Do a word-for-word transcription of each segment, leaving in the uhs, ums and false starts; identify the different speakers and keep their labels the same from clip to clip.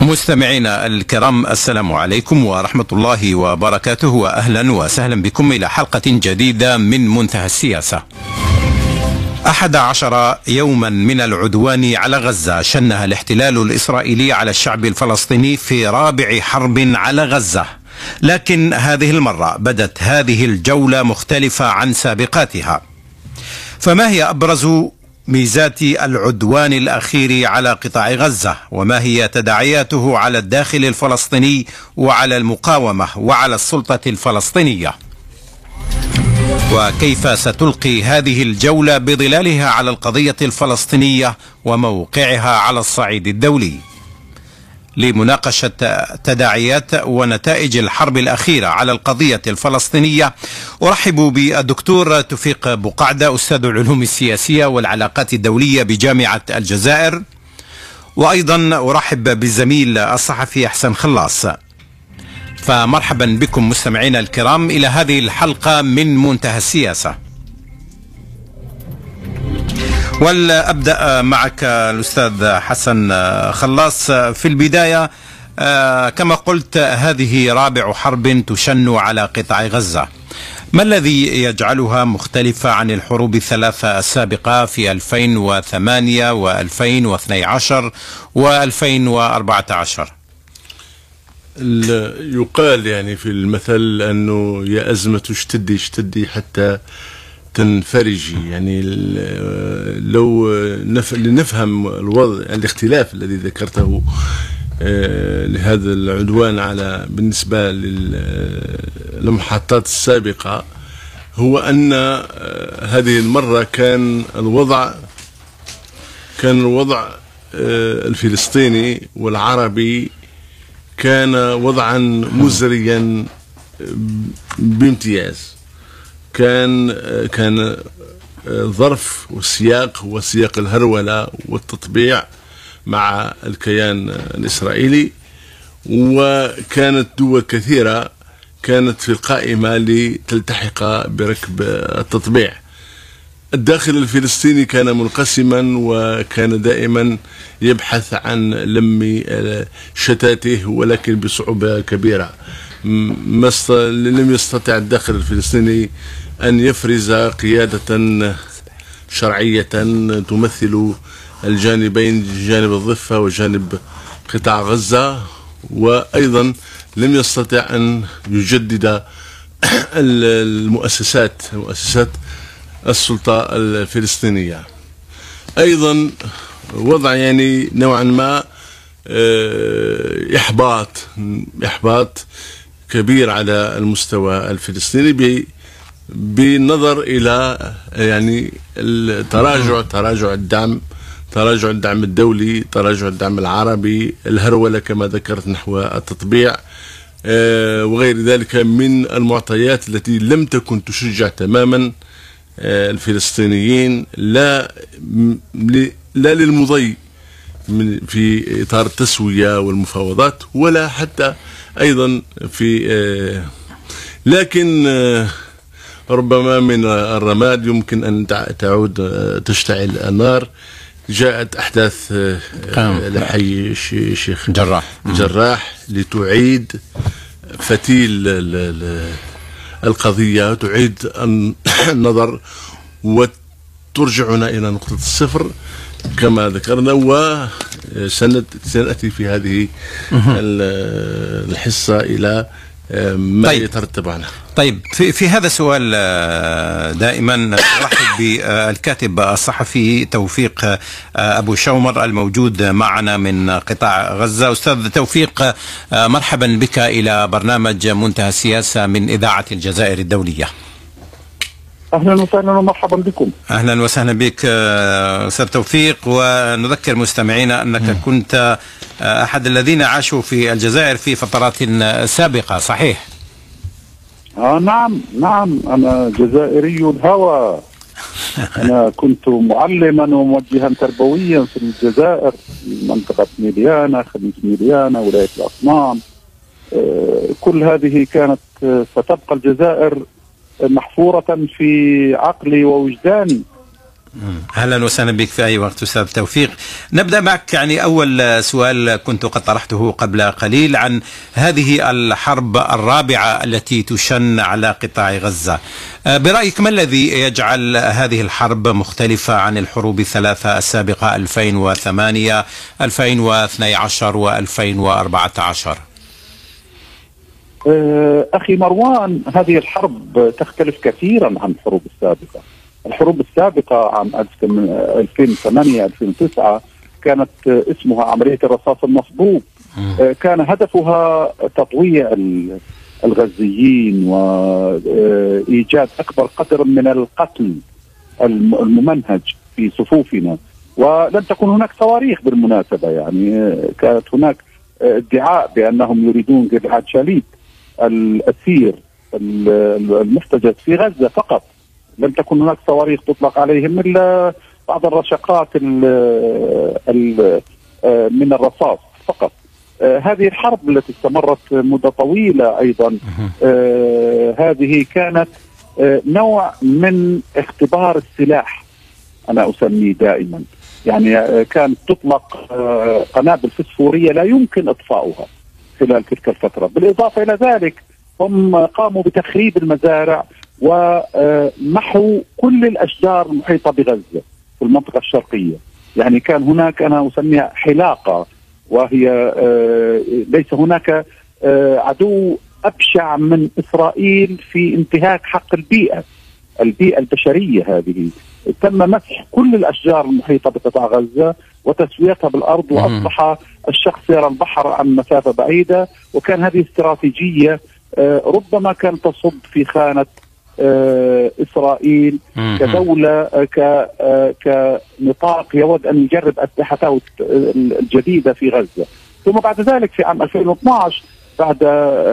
Speaker 1: مستمعينا الكرام، السلام عليكم ورحمة الله وبركاته، وأهلا وسهلا بكم إلى حلقة جديدة من منتهى السياسة. أحد عشر يوما من العدوان على غزة شنها الاحتلال الإسرائيلي على الشعب الفلسطيني في رابع حرب على غزة، لكن هذه المرة بدت هذه الجولة مختلفة عن سابقاتها. فما هي أبرز ميزات العدوان الأخير على قطاع غزة؟ وما هي تداعياته على الداخل الفلسطيني وعلى المقاومة وعلى السلطة الفلسطينية؟ وكيف ستلقي هذه الجولة بظلالها على القضية الفلسطينية وموقعها على الصعيد الدولي؟ لمناقشة تداعيات ونتائج الحرب الأخيرة على القضية الفلسطينية أرحب بالدكتور توفيق بقعدة، أستاذ العلوم السياسية والعلاقات الدولية بجامعة الجزائر، وأيضا أرحب بالزميل الصحفي أحسن خلاص. فمرحبا بكم مستمعينا الكرام إلى هذه الحلقة من منتهى السياسة. والأبدأ معك الأستاذ حسن خلاص. في البداية كما قلت هذه رابع حرب تشن على قطاع غزة، ما الذي يجعلها مختلفة عن الحروب الثلاثة السابقة في ألفين وثمانية وألفين واثني عشر وألفين وأربعة عشر؟
Speaker 2: يقال يعني في المثل أنه يا أزمة اشتدي اشتدي حتى تنفرجي. يعني لو لنفهم الوضع الاختلاف الذي ذكرته لهذا العدوان على بالنسبة للمحطات السابقة، هو أن هذه المرة كان الوضع كان الوضع الفلسطيني والعربي كان وضعا مزريا بامتياز. كان كان ظرف والسياق وسياق الهرولة والتطبيع مع الكيان الإسرائيلي، وكانت دول كثيرة كانت في القائمة لتلتحق بركب التطبيع. الداخل الفلسطيني كان منقسما وكان دائما يبحث عن لم شتاته، ولكن بصعوبة كبيرة. لم يستطع الداخل الفلسطيني أن يفرز قيادة شرعية تمثل الجانبين، جانب الضفة وجانب قطاع غزة، وأيضا لم يستطع أن يجدد المؤسسات مؤسسات السلطة الفلسطينية. أيضا وضع يعني نوعا ما إحباط إحباط كبير على المستوى الفلسطيني بالنظر إلى يعني التراجع تراجع الدعم تراجع الدعم الدولي، تراجع الدعم العربي، الهرولة كما ذكرت نحو التطبيع وغير ذلك من المعطيات التي لم تكن تشجع تماما الفلسطينيين لا لا للمضي في إطار التسوية والمفاوضات، ولا حتى أيضا في لكن ربما من الرماد يمكن أن تعود تشتعل النار. جاءت أحداث لحي شيخ
Speaker 1: جراح
Speaker 2: جراح لتعيد فتيل القضية، تعيد النظر وترجعنا إلى نقطة الصفر كما ذكرنا. وسنأتي في هذه الحصة إلى ما طيب. يترتب عنها.
Speaker 1: طيب في, في هذا السؤال دائما أرحب بالكاتب الصحفي توفيق أبو شومر الموجود معنا من قطاع غزة. أستاذ توفيق، مرحبا بك إلى برنامج منتهى السياسة من إذاعة الجزائر الدولية.
Speaker 3: أهلا وسهلا ومرحبا بكم.
Speaker 1: أهلا وسهلا بك أستاذ توفيق. ونذكر مستمعينا أنك كنت أحد الذين عاشوا في الجزائر في فترات سابقة، صحيح؟
Speaker 3: آه نعم نعم، أنا جزائري الهوى. أنا كنت معلما وموجها تربويا في الجزائر، في منطقة ميليانا، خميس ميليانا، ولاية الأصنام. آه كل هذه كانت ستبقى الجزائر محفورة في عقلي ووجداني.
Speaker 1: أهلا وسهلا بك في أي وقت أستاذ توفيق. نبدأ معك، يعني أول سؤال كنت قد طرحته قبل قليل عن هذه الحرب الرابعة التي تشن على قطاع غزة. برأيك ما الذي يجعل هذه الحرب مختلفة عن الحروب الثلاثة السابقة ألفين وثمانية ألفين واثني عشر وألفين وأربعة عشر؟
Speaker 3: أخي مروان، هذه الحرب تختلف كثيرا عن الحروب السابقة. الحروب السابقة عام ألفين وثمانية ألفين وتسعة كانت اسمها عملية الرصاص المصبوب. كان هدفها تطويع الغزيين وإيجاد أكبر قدر من القتل الممنهج في صفوفنا، ولم تكن هناك صواريخ بالمناسبة. يعني كانت هناك ادعاء بأنهم يريدون جلعاد شاليت الأسير المحتجز في غزة فقط. لم تكن هناك صواريخ تطلق عليهم إلا بعض الرشقات ال ال من الرصاص فقط. هذه الحرب التي استمرت مدة طويلة أيضا هذه كانت نوع من اختبار السلاح، أنا أسميه دائما. يعني كانت تطلق قنابل فسفورية لا يمكن إطفاؤها خلال تلك الفترة. بالإضافة إلى ذلك هم قاموا بتخريب المزارع ومحو كل الأشجار المحيطة بغزة في المنطقة الشرقية. يعني كان هناك، أنا أسميها حلاقة، وهي ليس هناك عدو أبشع من إسرائيل في انتهاك حق البيئة البيئة البشرية. هذه تم مسح كل الأشجار المحيطة بقطاع غزة وتسويتها بالأرض، وأصبح الشخص يرى البحر عن مسافة بعيدة. وكان هذه استراتيجية ربما كانت تصب في خانة إسرائيل كدولة كنطاق يود أن يجرب أسلحته الجديدة في غزة. ثم بعد ذلك في عام ألفين واثني عشر بعد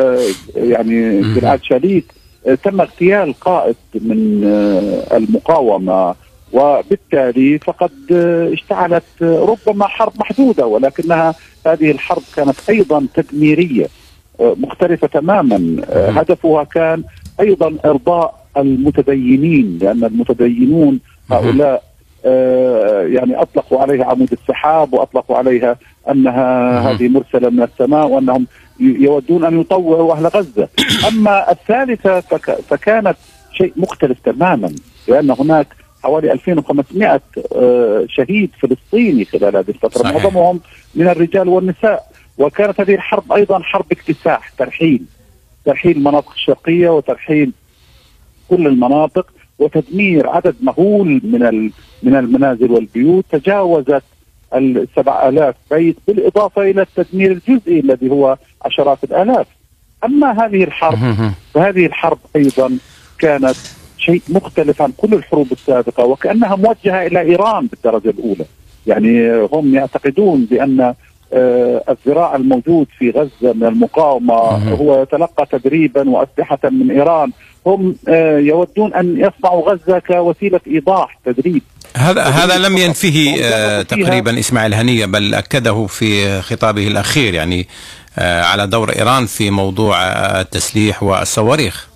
Speaker 3: يعني جلعاد شاليت تم اغتيال قائد من المقاومة، وبالتالي فقد اشتعلت ربما حرب محدودة، ولكنها هذه الحرب كانت أيضا تدميرية مختلفة تماما. هدفها كان أيضا إرضاء المتدينين، لأن المتدينون هؤلاء يعني أطلقوا عليها عمود السحاب، وأطلقوا عليها أنها هذه مرسلة من السماء، وأنهم يودون أن يطوعوا أهل غزة. أما الثالثة فك فكانت شيء مختلف تماما، لأن هناك حوالي ألفين وخمسمائة شهيد فلسطيني خلال هذه الفترة، معظمهم من الرجال والنساء. وكانت هذه الحرب أيضا حرب اكتساح، ترحيل ترحيل المناطق الشرقية وترحيل كل المناطق، وتدمير عدد مهول من من المنازل والبيوت، تجاوزت السبع آلاف بيت، بالإضافة إلى التدمير الجزئي الذي هو عشرات الآلاف. أما هذه الحرب فهذه الحرب أيضا كانت شيء مختلف عن كل الحروب السابقة، وكأنها موجهة إلى إيران بالدرجة الأولى. يعني هم يعتقدون بأن الذراع الموجود في غزة من المقاومة هو يتلقى تدريبا وأسلحة من إيران. هم يودون أن يصنعوا غزة كوسيلة إيضاح تدريب.
Speaker 1: هذا هذا لم ينفه تقريبا إسماعيل هنية، بل أكده في خطابه الأخير، يعني على دور إيران في موضوع التسليح والصواريخ.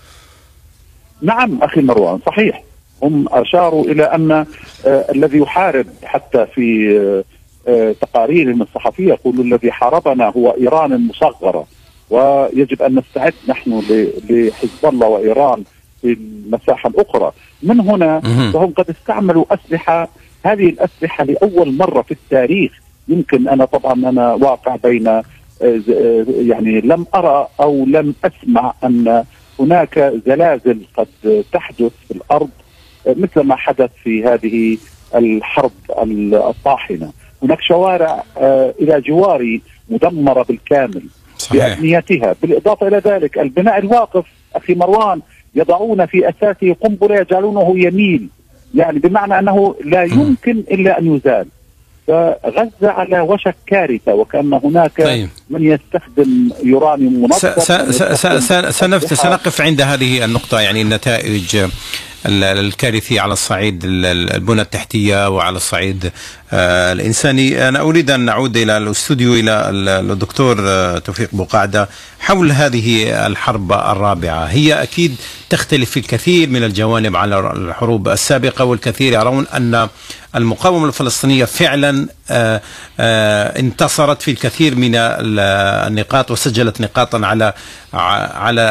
Speaker 3: نعم أخي مروان، صحيح. هم أشاروا إلى أن الذي يحارب، حتى في تقاريرهم الصحفية يقول الذي حاربنا هو إيران المصغرة، ويجب أن نستعد نحن لحزب الله وإيران في المساحة الأخرى. من هنا فهم قد استعملوا أسلحة، هذه الأسلحة لأول مرة في التاريخ. يمكن أنا طبعا أنا واقع بين، يعني لم أرى أو لم أسمع أن هناك زلازل قد تحدث في الأرض مثل ما حدث في هذه الحرب الطاحنة. هناك شوارع إلى جواري مدمرة بالكامل بأبنيتها. بالإضافة إلى ذلك البناء الواقف أخي مروان يضعون في أساسه قنبلة يجعلونه يميل، يعني بمعنى أنه لا يمكن إلا أن يزال. فغزة على وشك كارثة، وكأن هناك طيب. من يستخدم يورانيوم منظم.
Speaker 1: سنقف عند هذه النقطة، يعني النتائج الكارثي على الصعيد البنى التحتية وعلى الصعيد الإنساني. أنا أريد أن نعود إلى الاستوديو إلى الدكتور توفيق بقعدة حول هذه الحرب الرابعة. هي أكيد تختلف في الكثير من الجوانب على الحروب السابقة، والكثير يرون أن المقاومة الفلسطينية فعلا آآ آآ انتصرت في الكثير من النقاط وسجلت نقاطا على على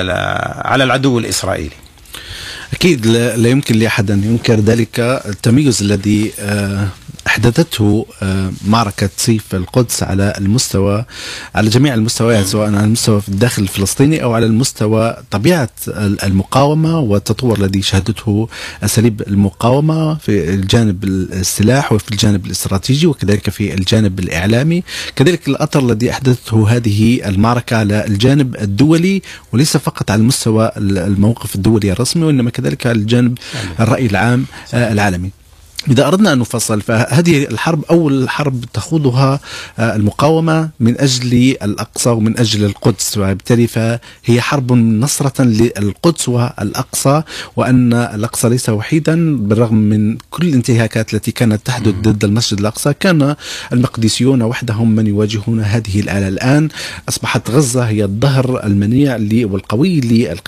Speaker 1: على العدو الإسرائيلي.
Speaker 4: أكيد لا يمكن لأحد أن ينكر ذلك التميز الذي أحدثته معركة سيف القدس على المستوى على جميع المستويات، سواء على المستوى في الداخل الفلسطيني أو على المستوى طبيعة المقاومة والتطور الذي شهدته أساليب المقاومة في الجانب السلاح وفي الجانب الاستراتيجي وكذلك في الجانب الإعلامي. كذلك الأثر الذي أحدثته هذه المعركة على الجانب الدولي، وليس فقط على المستوى الموقف الدولي الرسمي، وإنما كذلك على الجانب الرأي العام العالمي. إذا أردنا أن نفصل، فهذه الحرب أول حرب تخوضها المقاومة من أجل الأقصى ومن أجل القدس، وبالتالي فهي حرب نصرة للقدس والأقصى، وأن الأقصى ليس وحيدا بالرغم من كل الانتهاكات التي كانت تحدث ضد المسجد الأقصى. كان المقدسيون وحدهم من يواجهون هذه الآلة. الآن أصبحت غزة هي الظهر المنيع والقوي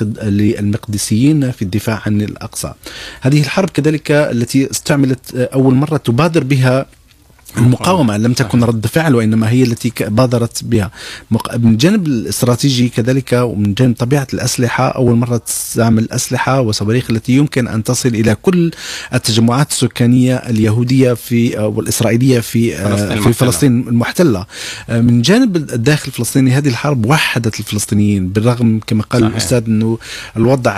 Speaker 4: للمقدسيين في الدفاع عن الأقصى. هذه الحرب كذلك التي استعملت أول مرة تبادر بها المقاومة، لم تكن رد فعل وإنما هي التي بادرت بها. من الجانب الاستراتيجي كذلك ومن جانب طبيعة الأسلحة، أول مرة تستعمل أسلحة وصواريخ التي يمكن أن تصل إلى كل التجمعات السكانية اليهودية في والإسرائيلية في فلسطين في فلسطين المحتلة. من جانب الداخل الفلسطيني هذه الحرب وحدت الفلسطينيين، بالرغم كما قال صحيح. الأستاذ أنه الوضع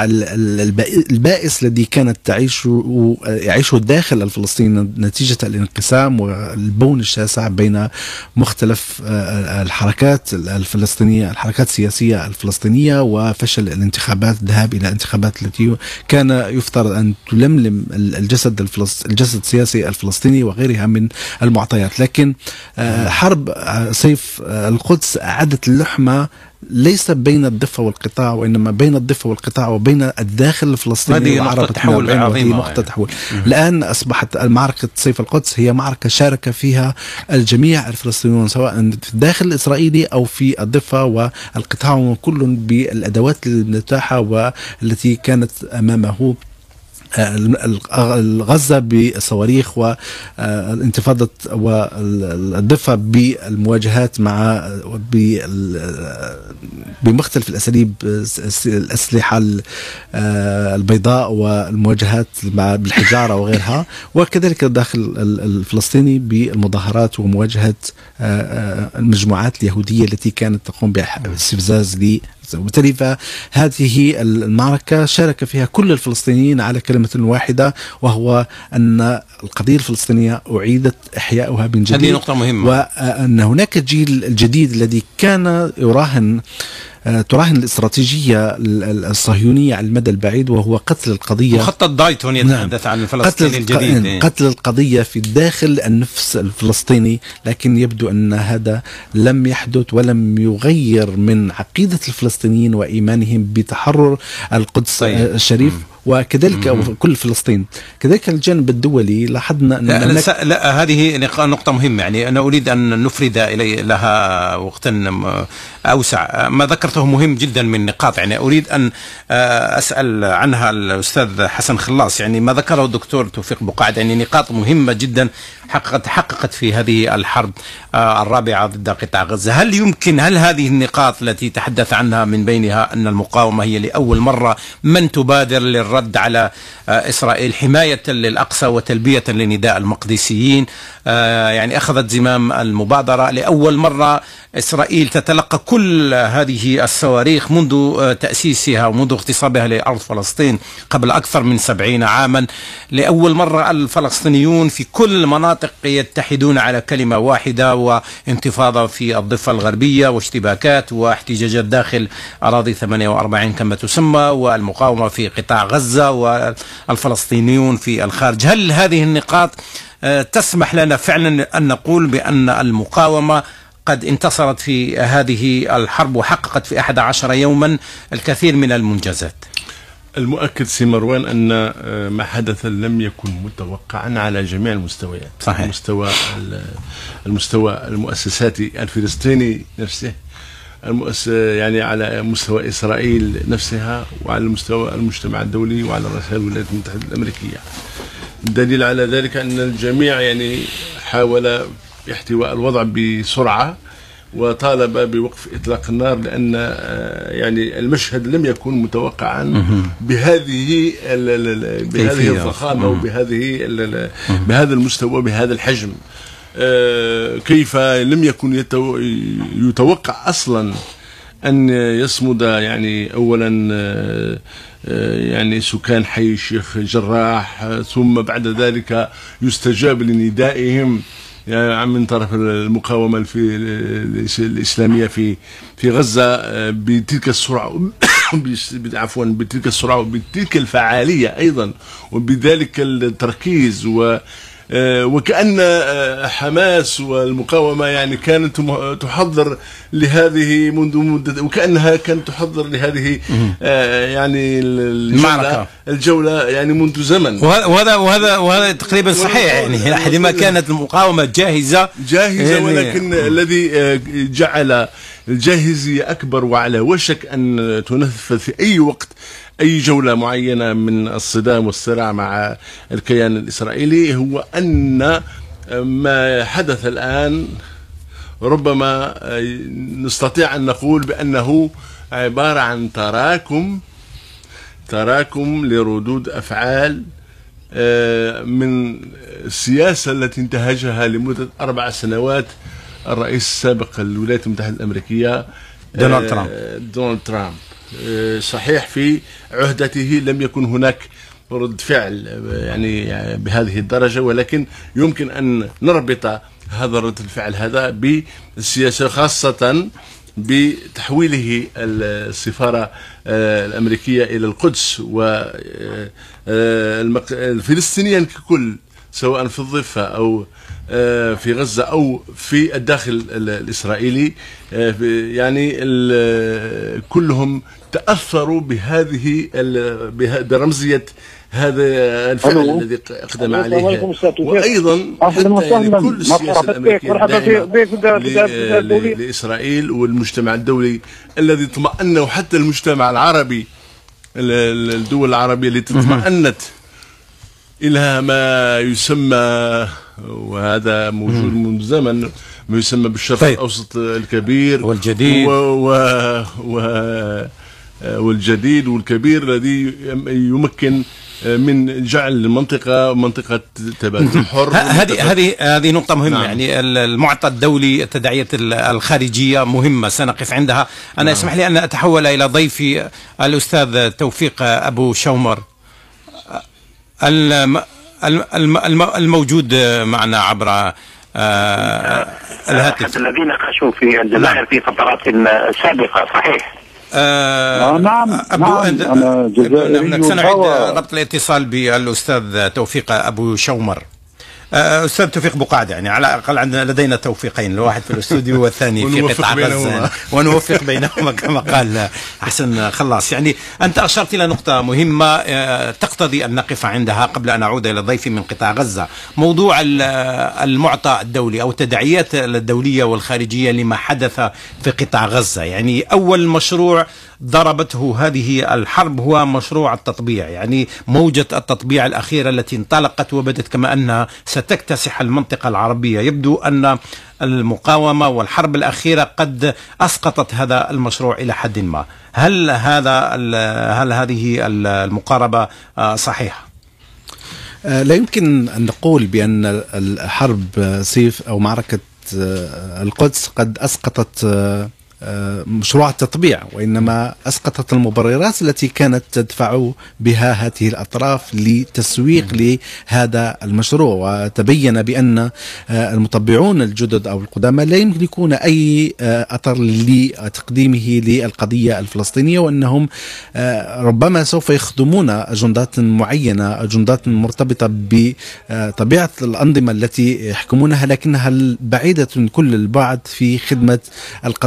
Speaker 4: البائس الذي كانت تعيشه يعيشه الداخل الفلسطيني نتيجة الانقسام و البون الشاسع بين مختلف الحركات الفلسطينية، الحركات السياسية الفلسطينية، وفشل الانتخابات، الذهاب إلى انتخابات التي كان يفترض أن تلملم الجسد الفلسطيني الجسد السياسي الفلسطيني وغيرها من المعطيات. لكن حرب سيف القدس أعادت اللحمة ليس بين الضفة والقطاع، وإنما بين الضفة والقطاع وبين الداخل الفلسطيني
Speaker 1: هذه نقطة تحول عظيمة.
Speaker 4: نقطة تحول. الآن أصبحت معركة سيف القدس هي معركة شارك فيها الجميع الفلسطينيون، سواء في الداخل الإسرائيلي أو في الضفة والقطاع، وكل بالأدوات المتاحة والتي كانت أمامه. غزة بالصواريخ والانتفاضة والضفة بالمواجهات مع بمختلف الأساليب، الأسلحة البيضاء والمواجهات بالحجارة وغيرها، وكذلك الداخل الفلسطيني بالمظاهرات ومواجهة المجموعات اليهودية التي كانت تقوم باستفزاز ل وبالتالي فهذه المعركة شارك فيها كل الفلسطينيين على كلمة واحدة، وهو أن القضية الفلسطينية أعيدت إحياؤها من جديد.
Speaker 1: هذه نقطة مهمة.
Speaker 4: وأن هناك جيل الجديد الذي كان يراهن تراهن الاستراتيجية الصهيونية على المدى البعيد، وهو قتل القضية.
Speaker 1: مخطط دايتون يتحدث عن الفلسطيني الجديد.
Speaker 4: إيه؟ قتل القضية في داخل النفس الفلسطيني، لكن يبدو أن هذا لم يحدث ولم يغير من عقيدة الفلسطينيين وإيمانهم بتحرر القدس طيب. الشريف. وكذلك مم. كل فلسطين. كذلك الجانب الدولي لاحظنا أن
Speaker 1: لا, لا, لا هذه نقطة مهمة، يعني أنا أريد أن نفرد إلي لها وقتا أوسع. ما ذكرته مهم جدا من نقاط، يعني أريد أن أسأل عنها الأستاذ حسن خلاص. يعني ما ذكره الدكتور توفيق بقعدة يعني نقاط مهمة جدا حققت حققت في هذه الحرب الرابعة ضد قطاع غزة. هل يمكن هل هذه النقاط التي تحدث عنها من بينها أن المقاومة هي لأول مرة من تبادر للرد على إسرائيل حماية للأقصى وتلبية لنداء المقدسيين، يعني أخذت زمام المبادرة لأول مرة. إسرائيل تتلقى كل هذه الصواريخ منذ تأسيسها ومنذ اغتصابها لأرض فلسطين قبل أكثر من سبعين عاما. لأول مرة الفلسطينيون في كل المناطق يتحدون على كلمة واحدة، وانتفاضة في الضفة الغربية واشتباكات واحتجاجات داخل أراضي ثمانية وأربعين كما تسمى، والمقاومة في قطاع غزة والفلسطينيون في الخارج. هل هذه النقاط تسمح لنا فعلا أن نقول بأن المقاومة قد انتصرت في هذه الحرب وحققت في أحد عشر يوما الكثير من المنجزات؟
Speaker 2: المؤكد سي مروان أن ما حدث لم يكن متوقعا على جميع المستويات.
Speaker 1: صحيح.
Speaker 2: المستوى المستوى المؤسساتي الفلسطيني نفسه، المؤس يعني على مستوى إسرائيل نفسها، وعلى مستوى المجتمع الدولي، وعلى رؤساء الولايات المتحدة الأمريكية. الدليل على ذلك أن الجميع يعني حاول احتواء الوضع بسرعة وطالب بوقف إطلاق النار، لأن يعني المشهد لم يكن متوقعا بهذه بهذه الضخامة وبهذه بهذا المستوى بهذا الحجم. كيف لم يكن يتوقع أصلا أن يصمد يعني أولا يعني سكان حي الشيخ جراح، ثم بعد ذلك يستجاب لندائهم يعني من طرف المقاومة في الإسلامية في في غزة بتلك السرعة عفوا بتلك السرعة وبتلك الفعالية أيضا، وبذلك التركيز، و وكأن حماس والمقاومة يعني كانت تحضر لهذه منذ مدة، وكأنها كانت تحضر لهذه يعني الجولة, الجولة يعني منذ زمن.
Speaker 1: وهذا وهذا وهذا تقريبا صحيح، يعني حينما كانت المقاومة جاهزة
Speaker 2: جاهزة يعني ولكن الذي جعل الجاهزية أكبر وعلى وشك أن تنفذ في أي وقت أي جولة معينة من الصدام والصراع مع الكيان الإسرائيلي هو أن ما حدث الآن ربما نستطيع أن نقول بأنه عبارة عن تراكم تراكم لردود أفعال من السياسة التي انتهجها لمدة أربع سنوات الرئيس السابق للولايات المتحدة الأمريكية
Speaker 1: دونالد ترامب.
Speaker 2: دونالد ترامب صحيح في عهدته لم يكن هناك رد فعل يعني بهذه الدرجة، ولكن يمكن أن نربط هذا رد الفعل هذا بالسياسة، خاصة بتحويله السفارة الأمريكية إلى القدس والفلسطينيين ككل، سواء في الضفة أو في غزة أو في الداخل الإسرائيلي، يعني كلهم تأثروا بهذه برمزية هذا الفعل الذي أقدم عليه، وأيضا حتى يعني كل السياسة الأمريكية لإسرائيل والمجتمع الدولي الذي اطمأن، وحتى المجتمع العربي، الدول العربية التي اطمأنت إلى ما يسمى، وهذا موجود منذ زمن، ما يسمى بالشرق طيب. الأوسط الكبير
Speaker 1: والجديد
Speaker 2: و و و والجديد والكبير الذي يمكن من جعل المنطقة منطقة تبادل حر.
Speaker 1: هذه هذه هذه نقطة مهمة. نعم. يعني المعطى الدولي، التداعيات الخارجية مهمة، سنقف عندها. أنا نعم. اسمح لي أن أتحول إلى ضيفي الأستاذ توفيق أبو شومر الموجود معنا عبر الهاتف.
Speaker 5: الذين عاشوا في الجزائر في فترات سابقة. صحيح.
Speaker 3: آه نعم
Speaker 1: أبو
Speaker 3: نعم
Speaker 1: أند...
Speaker 3: أنا جزائري.
Speaker 1: سنعيد ربط الاتصال بالأستاذ توفيق أبو شومر. أستاذ توفيق بقعدة، يعني على الأقل عندنا لدينا توفيقين، الواحد في الاستوديو والثاني في قطاع غزة، ونوفق بينهما كما قال أحسن خلاص. يعني أنت أشرت إلى نقطة مهمة تقتضي أن نقف عندها قبل أن أعود إلى ضيفي من قطاع غزة، موضوع المعطى الدولي أو التداعيات الدولية والخارجية لما حدث في قطاع غزة. يعني أول مشروع ضربته هذه الحرب هو مشروع التطبيع، يعني موجة التطبيع الأخيرة التي انطلقت وبدت كما أنها ستكتسح المنطقة العربية. يبدو أن المقاومة والحرب الأخيرة قد أسقطت هذا المشروع إلى حد ما. هل هذا هل هذه المقاربة صحيحة؟
Speaker 4: لا يمكن أن نقول بأن الحرب سيف أو معركة القدس قد أسقطت مشروع التطبيع، وإنما أسقطت المبررات التي كانت تدفع بها هذه الأطراف لتسويق لهذا المشروع. وتبين بأن المطبعون الجدد أو القدامى لا يملكون أي أثر لتقديمه للقضية الفلسطينية، وأنهم ربما سوف يخدمون أجندات معينة، أجندات مرتبطة بطبيعة الأنظمة التي يحكمونها، لكنها بعيدة كل البعد في خدمة القضية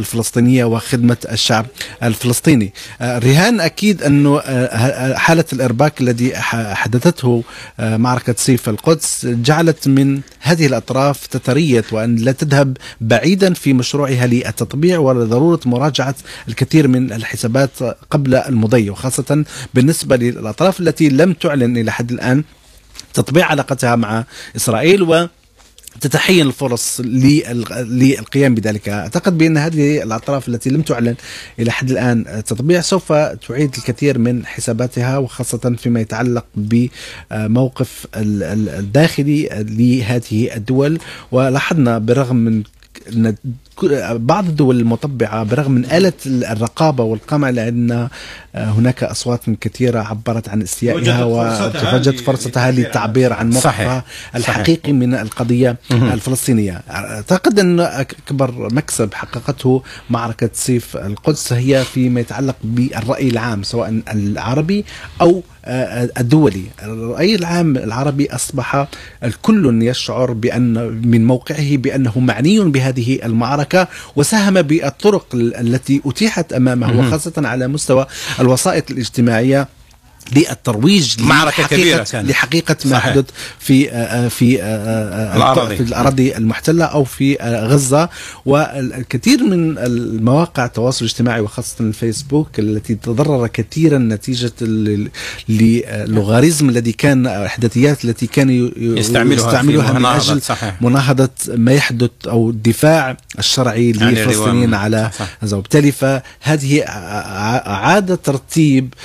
Speaker 4: الفلسطينية وخدمة الشعب الفلسطيني. رهان أكيد أنه حالة الإرباك الذي حدثته معركة سيف القدس جعلت من هذه الأطراف تتريث وأن لا تذهب بعيدا في مشروعها للتطبيع وضرورة مراجعة الكثير من الحسابات قبل المضي، وخاصة بالنسبة للأطراف التي لم تعلن إلى حد الآن تطبيع علاقتها مع إسرائيل و تتحين الفرص للقيام بذلك. أعتقد بأن هذه الأطراف التي لم تعلن إلى حد الآن تطبيع سوف تعيد الكثير من حساباتها، وخاصة فيما يتعلق بموقف الداخلي لهذه الدول. ولاحظنا برغم من أن بعض الدول المطبعة برغم من آلة الرقابة والقمع، لأن هناك أصوات كثيرة عبرت عن استيائها ووجدت فرصتها للتعبير عن موقفها الحقيقي من القضية الفلسطينية. أعتقد أن أكبر مكسب حققته معركة سيف القدس هي فيما يتعلق بالرأي العام سواء العربي أو الدولي. الرأي العام العربي أصبح الكل يشعر بأن من موقعه بأنه معني بهذه المعركة، وساهم بالطرق التي أتيحت أمامه وخاصة على مستوى الوسائط الاجتماعية للترويج
Speaker 1: معركة كبيرة كانت.
Speaker 4: لحقيقة ما حدث في في
Speaker 1: الأراضي.
Speaker 4: في الأراضي المحتلة أو في غزة. والكثير من المواقع التواصل الاجتماعي وخاصة الفيسبوك التي تضرر كثيرا نتيجة اللوغاريتم الذي كان الإحداثيات التي كانوا
Speaker 1: يستعملوها,
Speaker 4: يستعملوها من أجل
Speaker 1: صحيح.
Speaker 4: مناهضة ما يحدث أو الدفاع الشرعي للفلسطينيين على غزة. وبالتالي فهذه أعاد ترتيب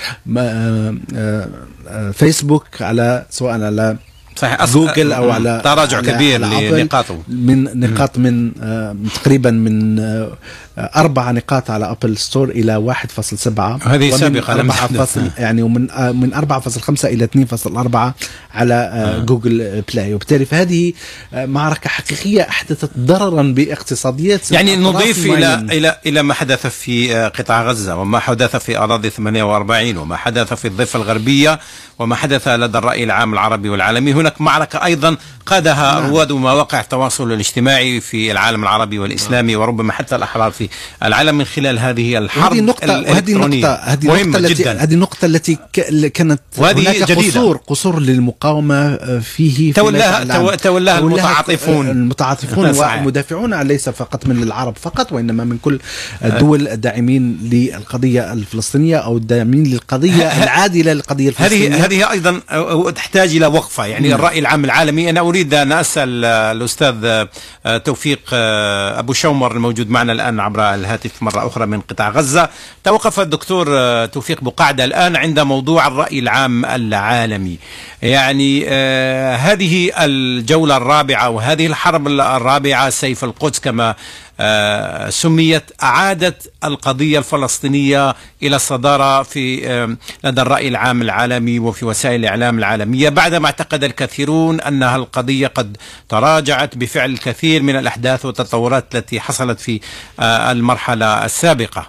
Speaker 4: فيسبوك على سواء على
Speaker 1: صحيح.
Speaker 4: جوجل او على
Speaker 1: تراجع كبير لنقاطه
Speaker 4: من نقاط من تقريبا من أربع نقاط على أبل ستور إلى واحد فاصل سبعة،
Speaker 1: هذه سابقة
Speaker 4: أربعة فاصل يعني ومن من أربعة فاصل خمسة إلى اثنين فاصل أربعة على آه. جوجل بلاي. وبالتالي فهذه معركة حقيقية أحدثت ضررا باقتصاديات.
Speaker 1: يعني نضيف إلى إلى إلى ما حدث في قطاع غزة وما حدث في أراضي ثمانية وأربعين وما حدث في الضفة الغربية وما حدث لدى الرأي العام العربي والعالمي. هناك معركة أيضا قادها رواد مواقع التواصل الاجتماعي في العالم العربي والإسلامي وربما حتى الأحرار في العالم من خلال هذه الحرب
Speaker 4: هذه النقطة وهذه النقطة هذه النقطة التي هذه النقطة التي كانت هناك قصور قصور للمقاومة فيه
Speaker 1: تولاها تولاها المتعاطفون
Speaker 4: المتعاطفون والمدافعون ليس فقط من العرب فقط وإنما من كل الدول الداعمين للقضية الفلسطينية أو الداعمين للقضية العادلة للقضية الفلسطينية.
Speaker 1: هذه هذه أيضا تحتاج إلى وقفة. يعني الرأي العام العالمي. أنا أريد أن أسأل الأستاذ توفيق أبو شومر الموجود معنا الآن عبر الهاتف مرة أخرى من قطاع غزة. توقف الدكتور توفيق بقعدة الآن عند موضوع الرأي العام العالمي. يعني آه هذه الجولة الرابعة وهذه الحرب الرابعة سيف القدس كما آه سميت أعادت القضية الفلسطينية إلى الصدارة في آه لدى الرأي العام العالمي وفي وسائل الإعلام العالمية بعدما اعتقد الكثيرون أنها القضية قد تراجعت بفعل الكثير من الأحداث والتطورات التي حصلت في آه المرحلة السابقة.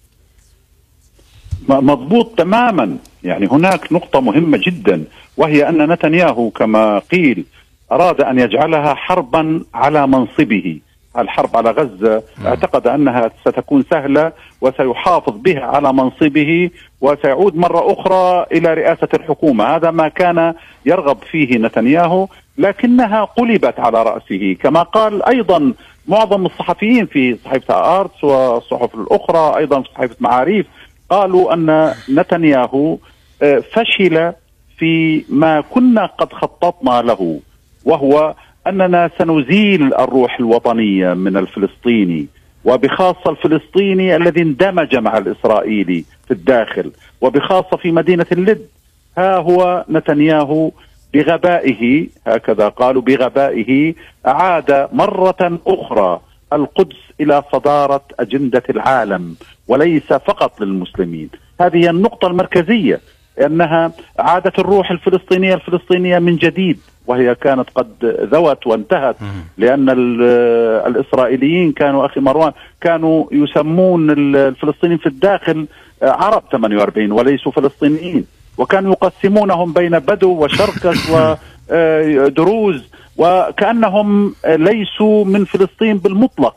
Speaker 3: مضبوط تماما. يعني هناك نقطة مهمة جدا وهي أن نتنياهو كما قيل أراد أن يجعلها حربا على منصبه. الحرب على غزة اعتقد أنها ستكون سهلة وسيحافظ بها على منصبه وسيعود مرة أخرى إلى رئاسة الحكومة. هذا ما كان يرغب فيه نتنياهو، لكنها قلبت على رأسه كما قال أيضا معظم الصحفيين في صحيفة آرتس والصحف الأخرى أيضا صحيفة معاريف. قالوا أن نتنياهو فشل في ما كنا قد خططنا له، وهو أننا سنزيل الروح الوطنية من الفلسطيني وبخاصة الفلسطيني الذي اندمج مع الإسرائيلي في الداخل وبخاصة في مدينة اللد. ها هو نتنياهو بغبائه هكذا قالوا بغبائه أعاد مرة أخرى القدس إلى صدارة أجندة العالم وليس فقط للمسلمين. هذه النقطة المركزية أنها عادت الروح الفلسطينية الفلسطينية من جديد، وهي كانت قد ذوت وانتهت، لأن الإسرائيليين كانوا أخي مروان كانوا يسمون الفلسطينيين في الداخل عرب ثمانية وأربعين وليسوا فلسطينيين، وكانوا يقسمونهم بين بدو وشركس ودروز وكأنهم ليسوا من فلسطين بالمطلق.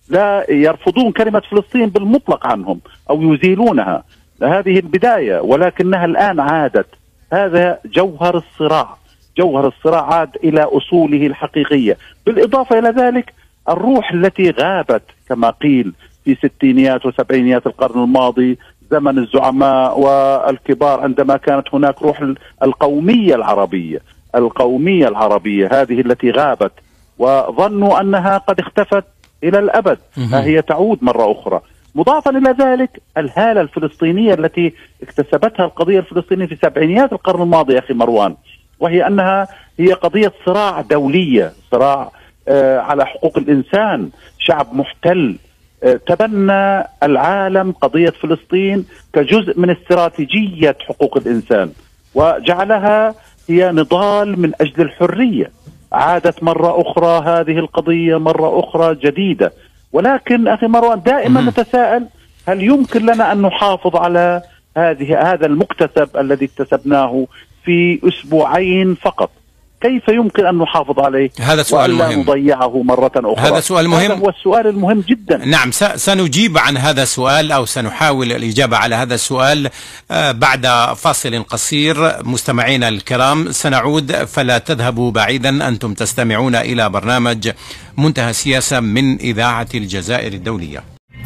Speaker 3: لا يرفضون كلمة فلسطين بالمطلق عنهم أو يزيلونها. هذه البداية، ولكنها الآن عادت. هذا جوهر الصراع، جوهر الصراع عاد إلى أصوله الحقيقية. بالإضافة إلى ذلك الروح التي غابت كما قيل في ستينيات وسبعينيات القرن الماضي، زمن الزعماء والكبار، عندما كانت هناك روح القومية العربية، القومية العربية هذه التي غابت وظنوا أنها قد اختفت إلى الأبد، ها هي تعود مرة أخرى. مضافا إلى ذلك الهالة الفلسطينية التي اكتسبتها القضية الفلسطينية في سبعينيات القرن الماضي يا أخي مروان، وهي أنها هي قضية صراع دولية، صراع آه على حقوق الإنسان. شعب محتل آه تبنى العالم قضية فلسطين كجزء من استراتيجية حقوق الإنسان، وجعلها هي نضال من أجل الحرية. عادت مرة أخرى هذه القضية مرة أخرى جديدة. ولكن أخي مروان دائما نتساءل، هل يمكن لنا أن نحافظ على هذه هذا المكتسب الذي اكتسبناه في أسبوعين فقط؟ كيف يمكن أن نحافظ عليه؟
Speaker 1: هذا سؤال مهم،
Speaker 3: نضيعه مرة أخرى.
Speaker 1: هذا سؤال مهم،
Speaker 3: هذا هو السؤال المهم جدا.
Speaker 1: نعم، سنجيب عن هذا السؤال أو سنحاول الإجابة على هذا السؤال بعد فاصل قصير. مستمعينا الكرام، سنعود، فلا تذهبوا بعيدا. أنتم تستمعون إلى برنامج منتهى السياسة من إذاعة الجزائر الدولية.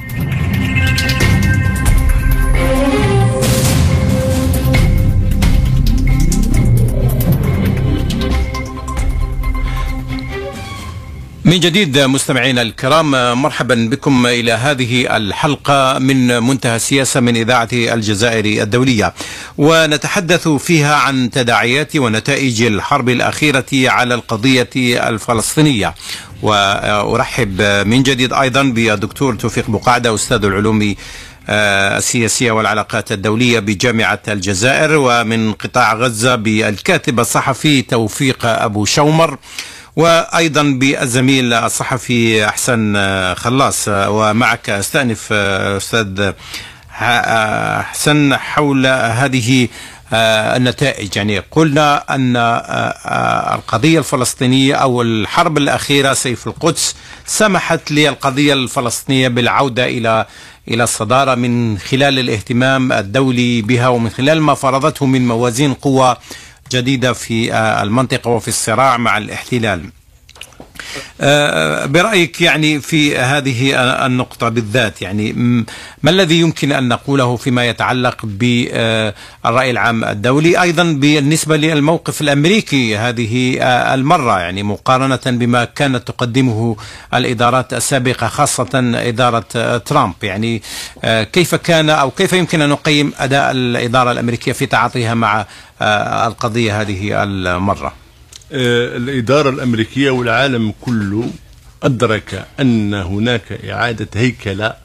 Speaker 1: من جديد مستمعينا الكرام، مرحبا بكم إلى هذه الحلقة من منتهى السياسة من إذاعة الجزائر الدولية، ونتحدث فيها عن تداعيات ونتائج الحرب الأخيرة على القضية الفلسطينية. وأرحب من جديد أيضا بالدكتور توفيق بقعدة، أستاذ العلوم السياسية والعلاقات الدولية بجامعة الجزائر، ومن قطاع غزة بالكاتب الصحفي توفيق أبو شومر، وأيضا بالزميل الصحفي أحسن خلاص. ومعك أستأنف أستاذ أحسن حول هذه النتائج. يعني قلنا أن القضية الفلسطينية أو الحرب الأخيرة سيف القدس سمحت للقضية الفلسطينية بالعودة إلى إلى الصدارة من خلال الاهتمام الدولي بها، ومن خلال ما فرضته من موازين قوى جديدة في المنطقة وفي الصراع مع الاحتلال. برأيك يعني في هذه النقطة بالذات، يعني ما الذي يمكن أن نقوله فيما يتعلق بالرأي العام الدولي، أيضا بالنسبة للموقف الأمريكي هذه المرة، يعني مقارنة بما كانت تقدمه الإدارات السابقة خاصة إدارة ترامب؟ يعني كيف كان أو كيف يمكن أن نقيم أداء الإدارة الأمريكية في تعاطيها مع القضية هذه المرة؟
Speaker 2: الإدارة الأمريكية والعالم كله أدرك أن هناك إعادة هيكلة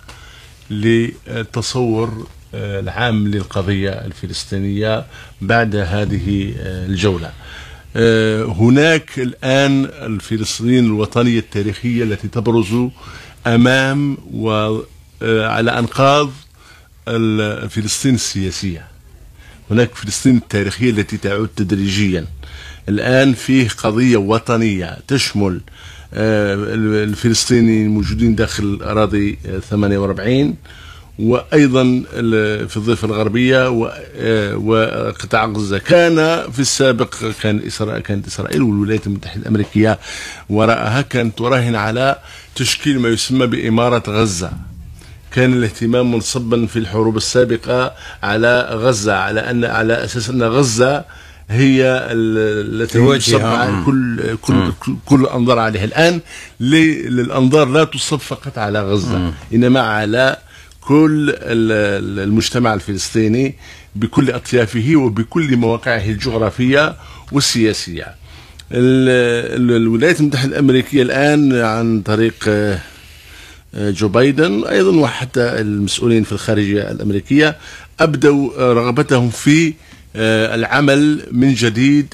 Speaker 2: لتصور العام للقضية الفلسطينية بعد هذه الجولة. هناك الآن الفلسطينيين الوطنية التاريخية التي تبرز أمام وعلى أنقاض فلسطين السياسية. هناك فلسطين التاريخية التي تعود تدريجيا. الآن فيه قضية وطنية تشمل الفلسطينيين الموجودين داخل أراضي ثمانية وأربعين، وأيضا في الضفة الغربية وقطاع غزة. كان في السابق كان إسرائيل كانت إسرائيل والولايات المتحدة الأمريكية وراءها، كانت تراهن على تشكيل ما يسمى بإمارة غزة. كان الاهتمام منصبا في الحروب السابقة على غزة، على أن على أساس أن غزة هي التي يصب كل كل كل الأنظار عليها. الآن الأنظار لا تصب فقط على غزة، م. إنما على كل المجتمع الفلسطيني بكل أطيافه وبكل مواقعه الجغرافية والسياسية. الولايات المتحدة الأمريكية الآن عن طريق جو بايدن أيضا وحتى المسؤولين في الخارجية الأمريكية أبدوا رغبتهم في العمل من جديد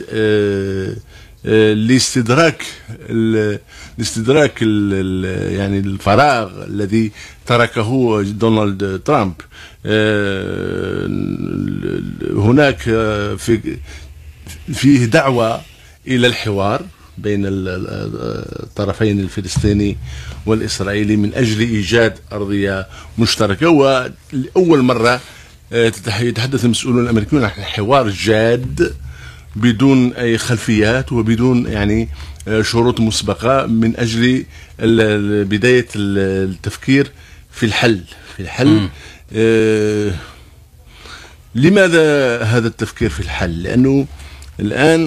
Speaker 2: لاستدراك لاستدراك يعني الفراغ الذي تركه دونالد ترامب. هناك في فيه دعوة إلى الحوار بين الطرفين الفلسطيني والإسرائيلي من أجل إيجاد أرضية مشتركة. ولأول مرة يتحدث المسؤولون الأمريكيون عن حوار جاد بدون أي خلفيات وبدون يعني شروط مسبقة من أجل بداية التفكير في الحل في الحل آه لماذا هذا التفكير في الحل؟ لأنه الآن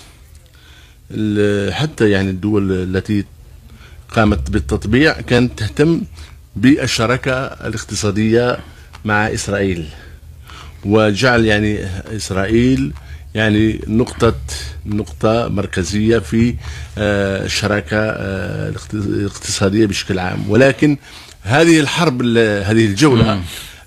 Speaker 2: حتى يعني الدول التي قامت بالتطبيع كانت تهتم بالشراكة الاقتصادية مع إسرائيل، وجعل يعني إسرائيل يعني نقطة نقطة مركزية في الشراكة الاقتصادية بشكل عام. ولكن هذه الحرب هذه الجولة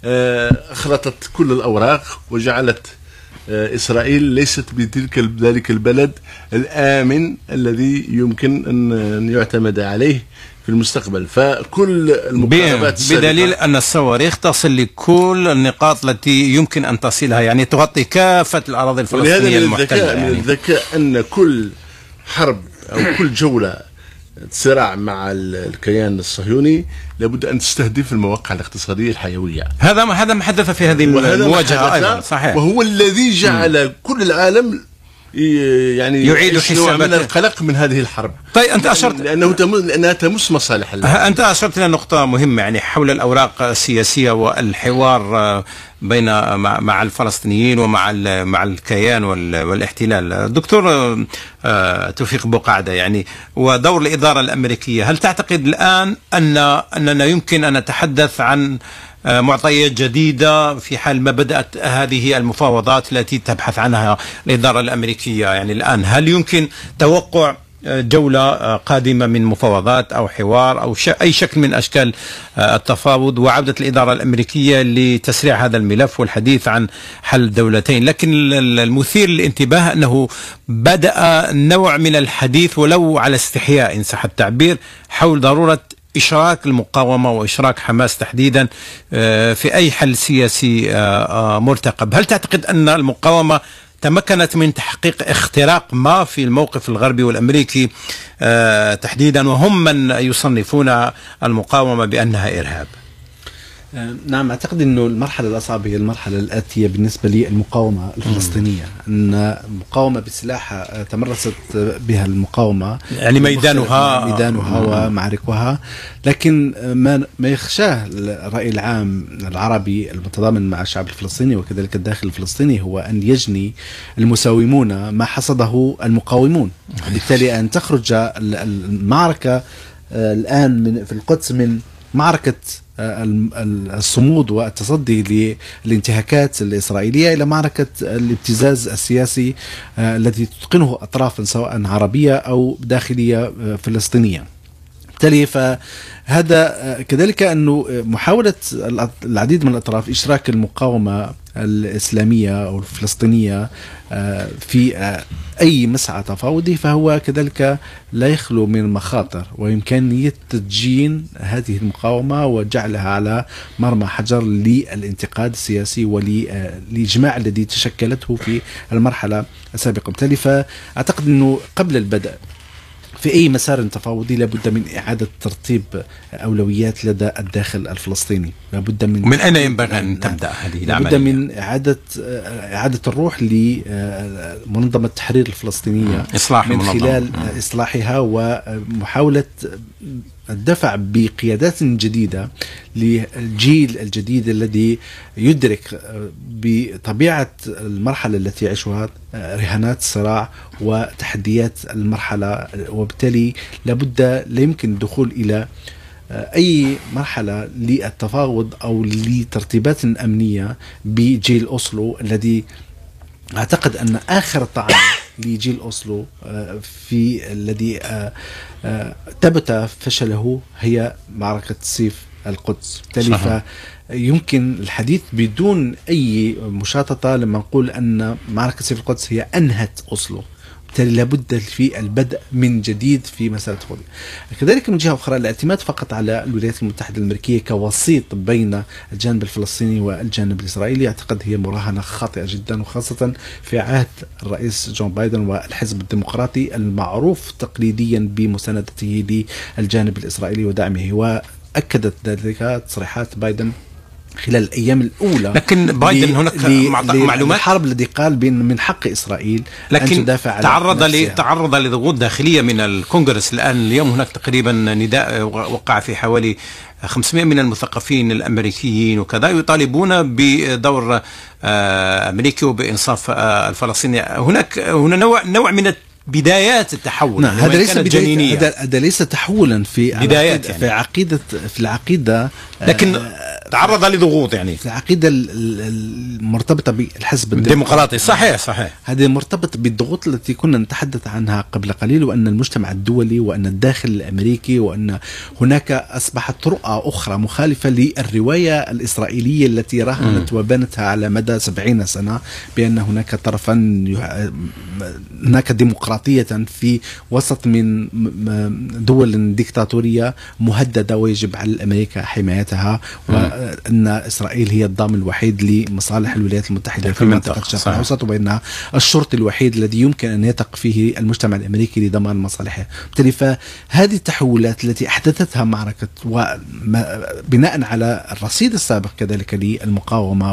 Speaker 2: أخلطت كل الأوراق وجعلت إسرائيل ليست بتلك ذلك البلد الآمن الذي يمكن أن يعتمد عليه في المستقبل. فكل المقاربات
Speaker 1: بدليل أن الصواريخ تصل لكل النقاط التي يمكن أن تصلها، يعني تغطي كافة الأراضي الفلسطينية المحتلة.
Speaker 2: يعني من الذكاء أن كل حرب أو كل جولة صراع مع الكيان الصهيوني لابد أن تستهدف المواقع الاقتصادية الحيوية.
Speaker 1: هذا ما هذا ما حدث في هذه المواجهة أيضا، صحيح،
Speaker 2: وهو الذي جعل م. كل العالم يعني
Speaker 1: يعيد حساباته
Speaker 2: من القلق من هذه الحرب.
Speaker 1: طيب أنت أشرت
Speaker 2: لأنه تمس لأنها تمس مصالح الله.
Speaker 1: أنت أشرت إلى نقطة مهمة يعني حول الأوراق السياسية والحوار بين مع الفلسطينيين ومع مع الكيان والاحتلال. دكتور توفيق بقعدة، يعني ودور الإدارة الأمريكية، هل تعتقد الآن أن أننا يمكن أن نتحدث عن معطيات جديدة في حال ما بدأت هذه المفاوضات التي تبحث عنها الإدارة الأمريكية؟ يعني الآن هل يمكن توقع جولة قادمة من مفاوضات أو حوار أو أي شكل من أشكال التفاوض وعودة الإدارة الأمريكية لتسريع هذا الملف والحديث عن حل دولتين؟ لكن المثير للانتباه أنه بدأ نوع من الحديث ولو على استحياء إن صح التعبير حول ضرورة إشراك المقاومة وإشراك حماس تحديدا في أي حل سياسي مرتقب. هل تعتقد أن المقاومة تمكنت من تحقيق اختراق ما في الموقف الغربي والأمريكي تحديدا وهم من يصنفون المقاومة بأنها إرهاب؟
Speaker 4: نعم، أعتقد أنه المرحلة الأصعب هي المرحلة الآتية بالنسبة للمقاومة الفلسطينية، أن مقاومة بسلاحها تمرست بها المقاومة،
Speaker 1: يعني ميدانها
Speaker 4: ميدانها ومعاركها، لكن ما ما يخشاه الرأي العام العربي المتضامن مع الشعب الفلسطيني وكذلك الداخل الفلسطيني هو أن يجني المساومون ما حصده المقاومون، بالتالي أن تخرج المعركة الآن من في القدس من معركة الصمود والتصدي للانتهاكات الإسرائيلية إلى معركة الابتزاز السياسي الذي تتقنه أطراف سواء عربية أو داخلية فلسطينية. بالتالي فهذا كذلك أنه محاولة العديد من الأطراف إشراك المقاومة الإسلامية أو الفلسطينية في أي مسعى تفاوضي فهو كذلك لا يخلو من مخاطر وإمكانية تدجين هذه المقاومة وجعلها على مرمى حجر للانتقاد السياسي وللإجماع الذي تشكلته في المرحلة السابقة. بالتالي فأعتقد أنه قبل البدء في أي مسار تفاوضي لابد من إعادة ترتيب أولويات لدى الداخل الفلسطيني، لابد من
Speaker 1: من أين ينبغي أن تبدأ هذه العملية؟
Speaker 4: لابد من إعادة إعادة الروح لمنظمة التحرير الفلسطينية
Speaker 1: إصلاح
Speaker 4: من
Speaker 1: المنظمة.
Speaker 4: خلال إصلاحها ومحاولة الدفع بقيادات جديدة للجيل الجديد الذي يدرك بطبيعة المرحلة التي يعيشها رهانات الصراع وتحديات المرحلة، وبالتالي لابد لا يمكن الدخول إلى أي مرحلة للتفاوض أو لترتيبات أمنية بجيل أوسلو الذي أعتقد أن آخر طعن لجيل أوسلو في الذي ثبت فشله هي معركة سيف القدس. بالتالي فيمكن الحديث بدون أي مشاططة لما نقول أن معركة سيف القدس هي أنهت أوسلو. بالتالي لابد في البدء من جديد في مسألة الحدود. كذلك من جهة أخرى الاعتماد فقط على الولايات المتحدة الأمريكية كوسيط بين الجانب الفلسطيني والجانب الإسرائيلي أعتقد هي مراهنة خاطئة جدا، وخاصة في عهد الرئيس جون بايدن والحزب الديمقراطي المعروف تقليديا بمساندته للجانب الإسرائيلي ودعمه. وأكدت ذلك تصريحات بايدن خلال الأيام الأولى.
Speaker 1: لكن بايدن هناك معلومات
Speaker 4: الحرب الذي قال بأن من حق إسرائيل
Speaker 1: لكن
Speaker 4: أن تدافع على
Speaker 1: تعرض
Speaker 4: نفسها.
Speaker 1: تعرض لضغوط داخلية من الكونغرس. الآن اليوم هناك تقريبا نداء وقع في حوالي خمسمائة من المثقفين الأمريكيين وكذا يطالبون بدور أمريكي وبإنصاف الفلسطينيين. هناك هنا نوع نوع من بدايات التحول.
Speaker 4: نعم هذا ليس بداية، هذا, هذا ليس تحولا في
Speaker 1: بدايات
Speaker 4: يعني. في عقيدة في العقيدة
Speaker 1: لكن آه تعرض لضغوط يعني
Speaker 4: في العقيدة المرتبطة بالحزب
Speaker 1: الديمقراطي. صحيح صحيح
Speaker 4: هذه مرتبطة بالضغوط التي كنا نتحدث عنها قبل قليل، وأن المجتمع الدولي وأن الداخل الأمريكي وأن هناك أصبحت رؤى أخرى مخالفة للرواية الإسرائيلية التي راهنت وبنتها على مدى سبعين سنة بأن هناك طرفا هناك ديمقراطية في وسط من دول ديكتاتورية مهددة ويجب على أمريكا حمايتها، وأن إسرائيل هي الضامن الوحيد لمصالح الولايات المتحدة في منطقة الشرق الأوسط، وبأنها الشرط الوحيد الذي يمكن أن يثق فيه المجتمع الأمريكي لضمان مصالحه. بالتالي فهذه التحولات التي أحدثتها معركة وبناء على الرصيد السابق كذلك للمقاومة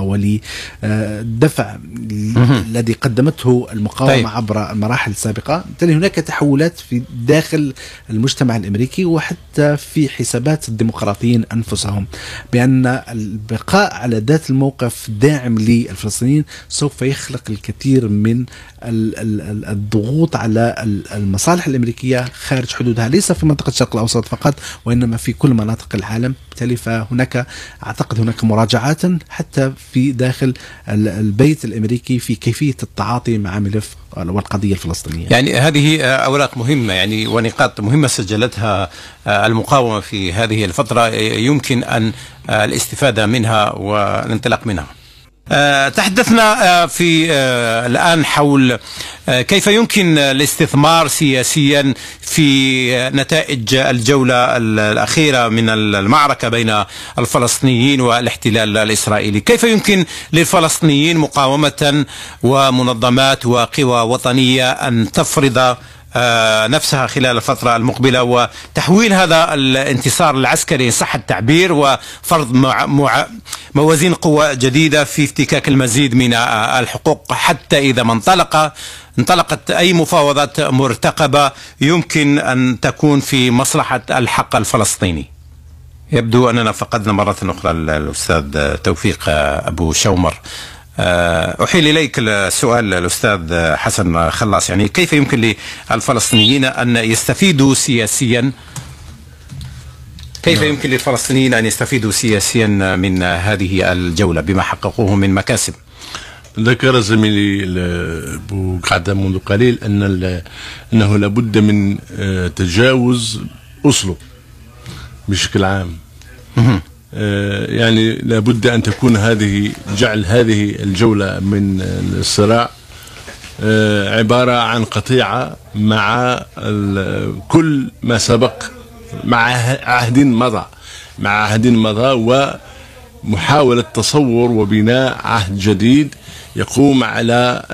Speaker 4: ولدفع الذي قدمته المقاومة طيب. عبر المراحل السابقة، بالتالي هناك تحولات في داخل المجتمع الأمريكي وحتى في حسابات الديمقراطيين أنفسهم، بأن البقاء على ذات الموقف داعم للفلسطينيين سوف يخلق الكثير من الضغوط على المصالح الأمريكية خارج حدودها، ليس في منطقة الشرق الأوسط فقط وإنما في كل مناطق العالم. بالتالي فهناك أعتقد هناك مراجعات حتى في داخل البيت الأمريكي في كيفية التعاطي مع ملف والقضية الفلسطينية.
Speaker 1: يعني هذه أوراق مهمة يعني ونقاط مهمة سجلتها المقاومة في هذه الفترة يمكن أن الاستفادة منها والانطلاق منها. تحدثنا في الآن حول كيف يمكن الاستثمار سياسيا في نتائج الجولة الأخيرة من المعركة بين الفلسطينيين والاحتلال الإسرائيلي. كيف يمكن للفلسطينيين مقاومة ومنظمات وقوى وطنية أن تفرض نفسها خلال الفترة المقبلة وتحويل هذا الانتصار العسكري إن صح التعبير وفرض مع مع موازين قوة جديدة في افتكاك المزيد من الحقوق، حتى إذا ما انطلق انطلقت أي مفاوضات مرتقبة يمكن أن تكون في مصلحة الحق الفلسطيني. يبدو أننا فقدنا مرة أخرى الأستاذ توفيق أبو شومر. أحيل إليك السؤال الأستاذ حسن خلاص، يعني كيف يمكن للفلسطينيين أن يستفيدوا سياسيا كيف يمكن للفلسطينيين أن يستفيدوا سياسيا من هذه الجولة بما حققوه من مكاسب؟
Speaker 2: ذكر زميلي أبو قعدة منذ قليل أن أنه لابد من تجاوز أوسلو بشكل عام. يعني لابد أن تكون هذه جعل هذه الجولة من الصراع عبارة عن قطيعة مع كل ما سبق، مع عهد مضى مع عهد مضى ومحاولة تصور وبناء عهد جديد يقوم على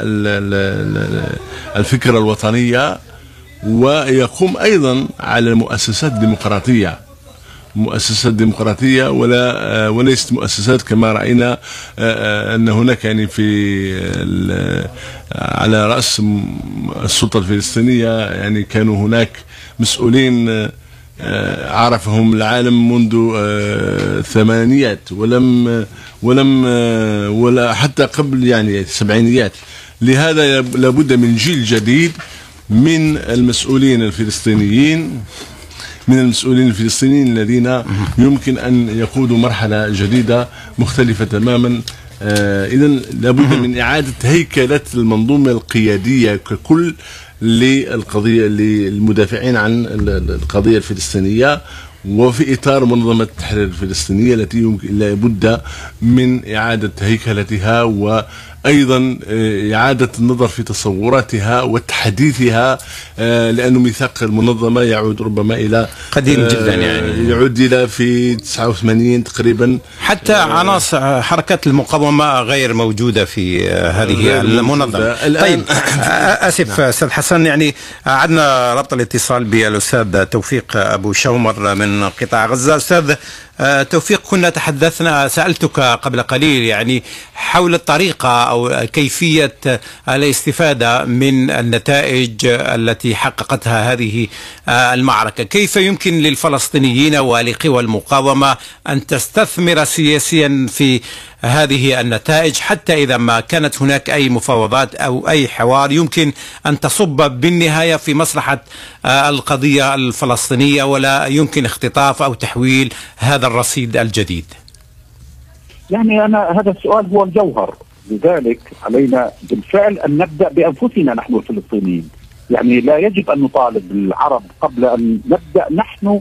Speaker 2: الفكرة الوطنية ويقوم أيضا على المؤسسات الديمقراطية مؤسسات ديمقراطية ولا وليست مؤسسات كما رأينا أن هناك يعني في على رأس السلطة الفلسطينية يعني كانوا هناك مسؤولين عرفهم العالم منذ الثمانينيات ولم ولم ولا حتى قبل يعني السبعينيات. لهذا لابد من جيل جديد من المسؤولين الفلسطينيين من المسؤولين الفلسطينيين الذين يمكن أن يقودوا مرحلة جديدة مختلفة تماما. إذا لابد من إعادة هيكلة المنظومة القيادية ككل للقضية للمدافعين عن القضية الفلسطينية، وفي إطار منظمة التحرير الفلسطينية التي يمكن لابد من إعادة هيكلتها أيضا إعادة النظر في تصوراتها وتحديثها، لأنه ميثاق المنظمة يعود ربما إلى
Speaker 1: قديم جدا، يعني
Speaker 2: يعود إلى في تسعة وثمانين تقريبا.
Speaker 1: حتى عناصر حركات المقاومة غير موجودة في هذه المنظمة. طيب أسف أستاذ حسن، يعني عدنا ربط الاتصال بالأستاذ توفيق أبو شومر من قطاع غزة. أستاذ توفيق، كنا تحدثنا، سألتك قبل قليل يعني حول الطريقة أو كيفية الاستفادة من النتائج التي حققتها هذه المعركة. كيف يمكن للفلسطينيين ولقوى المقاومة أن تستثمر سياسيا في هذه النتائج، حتى إذا ما كانت هناك أي مفاوضات أو أي حوار يمكن أن تصب بالنهاية في مصلحة القضية الفلسطينية، ولا يمكن اختطاف أو تحويل هذا الرصيد الجديد؟
Speaker 3: يعني أنا هذا السؤال هو الجوهر، لذلك علينا بالفعل أن نبدأ بأنفسنا نحن الفلسطينيين. يعني لا يجب أن نطالب العرب قبل أن نبدأ نحن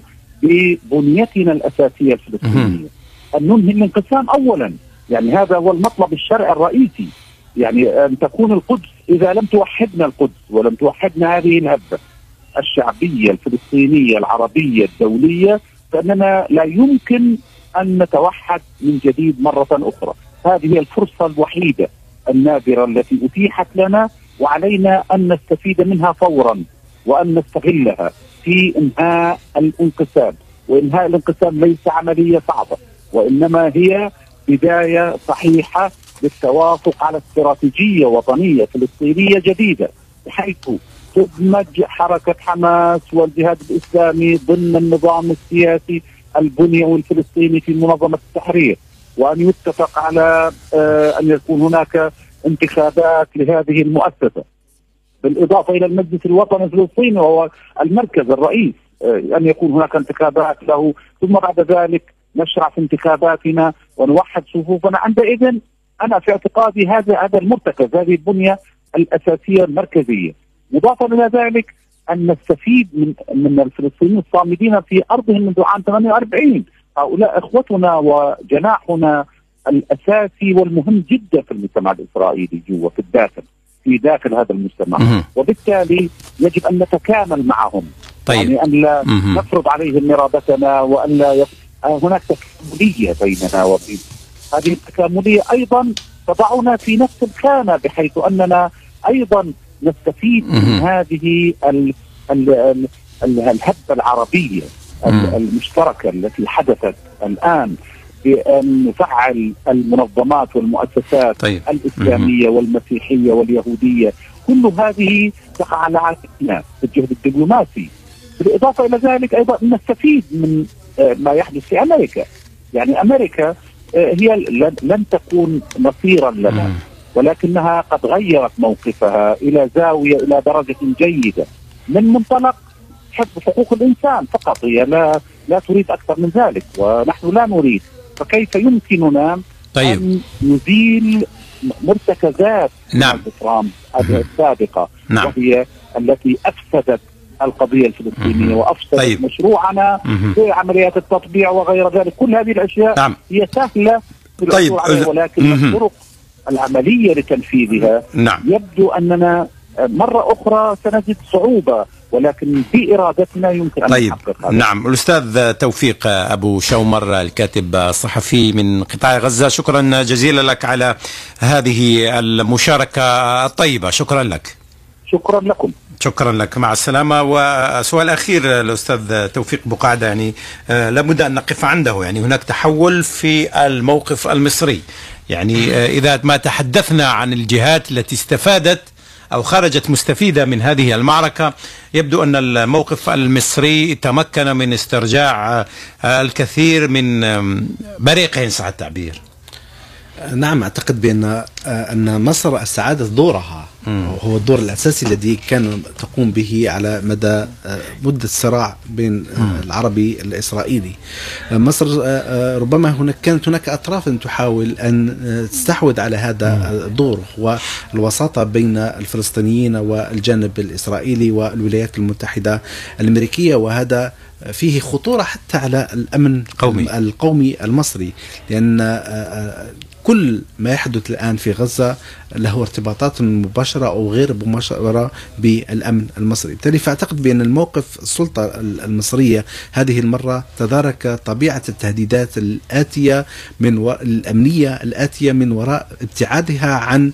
Speaker 3: ببنيتنا الأساسية الفلسطينية، أن ننهي الانقسام أولا. يعني هذا هو المطلب الشرعي الرئيسي، يعني أن تكون القدس، إذا لم توحدنا القدس ولم توحدنا هذه الهبة الشعبية الفلسطينية العربية الدولية، فإننا لا يمكن أن نتوحد من جديد مرة أخرى. هذه هي الفرصة الوحيدة النادرة التي أتيحت لنا، وعلينا أن نستفيد منها فورا وأن نستغلها في إنهاء الانقسام. وإنهاء الانقسام ليس عملية صعبة، وإنما هي بداية صحيحة للتوافق على استراتيجية وطنية فلسطينية جديدة، بحيث تدمج حركة حماس والجهاد الإسلامي ضمن النظام السياسي البنيوي الفلسطيني في منظمة التحرير، وأن يتفق على أن يكون هناك انتخابات لهذه المؤسسة، بالإضافة إلى المجلس الوطني الفلسطيني وهو المركز الرئيس، أن يكون هناك انتخابات له، ثم بعد ذلك نشرع في انتخاباتنا ونوحد صفوفنا. عندئذ أنا في اعتقادي هذا هذا المرتكز، هذه البنية الأساسية المركزية. مضافا إلى ذلك أن نستفيد من من الفلسطينيين الصامدين في أرضهم منذ عام ثمانية وأربعين. هؤلاء إخوتنا وجناحنا الأساسي والمهم جدا في المجتمع الإسرائيلي جوا في الداخل في داخل هذا المجتمع، وبالتالي يجب أن نتكامل معهم.
Speaker 1: طيب.
Speaker 3: يعني أن لا نفرض عليهم إرادتنا، وأن لا يف... هناك تكاملية بيننا وبين هذه التكاملية أيضا تضعنا في نفس الخانة، بحيث أننا أيضا نستفيد من هذه ال ال ال ال الهبة العربية المشتركة التي حدثت الآن، بأن نفعل المنظمات والمؤسسات
Speaker 1: طيب.
Speaker 3: الإسلامية والمسيحية واليهودية، كل هذه تقع على عاتقنا في الجهد الدبلوماسي. بالإضافة إلى ذلك أيضا نستفيد من ما يحدث في أمريكا. يعني أمريكا هي لن تكون نصيرا لنا، ولكنها قد غيرت موقفها إلى زاوية إلى درجة جيدة من منطلق حفظ حقوق الإنسان فقط. هي لا لا تريد أكثر من ذلك، ونحن لا نريد. فكيف يمكننا
Speaker 1: طيب.
Speaker 3: أن نزيل مرتكزات
Speaker 1: نعم.
Speaker 3: ترامب السابقة،
Speaker 1: نعم.
Speaker 3: وهي التي أفسدت القضية الفلسطينية وأفسدت طيب. مشروعنا في عمليات التطبيع وغير ذلك. كل هذه الأشياء نعم. هي سهلة في
Speaker 1: طيب.
Speaker 3: عليها، ولكن الطرق العملية لتنفيذها
Speaker 1: نعم.
Speaker 3: يبدو أننا مرة أخرى سنجد صعوبة، ولكن بإرادتنا يمكن أن
Speaker 1: طيب.
Speaker 3: نحقق هذا.
Speaker 1: نعم. الأستاذ توفيق أبو شومر، الكاتب الصحفي من قطاع غزة، شكرا جزيلا لك على هذه المشاركة الطيبة. شكرا لك.
Speaker 3: شكرا لكم.
Speaker 1: شكرا لك، مع السلامة. وسؤال أخير الأستاذ توفيق بقعدة، يعني آه لابد أن نقف عنده. يعني هناك تحول في الموقف المصري، يعني آه إذا ما تحدثنا عن الجهات التي استفادت أو خرجت مستفيدة من هذه المعركة، يبدو أن الموقف المصري تمكن من استرجاع آه الكثير من بريقه إن صح التعبير.
Speaker 4: نعم، أعتقد بأن أن مصر استعادت دورها، هو الدور الأساسي الذي كان تقوم به على مدى مدة الصراع بين العربي الإسرائيلي. مصر ربما هناك كانت هناك أطراف تحاول أن تستحوذ على هذا الدور، والوساطة بين الفلسطينيين والجانب الإسرائيلي والولايات المتحدة الأمريكية، وهذا فيه خطورة حتى على الأمن
Speaker 1: قومي.
Speaker 4: القومي المصري، لأن كل ما يحدث الآن في غزة له ارتباطات مباشرة أو غير مباشرة بالأمن المصري. بالتالي فأعتقد بأن الموقف السلطة المصرية هذه المرة تدارك طبيعة التهديدات الآتية من و... الأمنية الآتية من وراء ابتعادها عن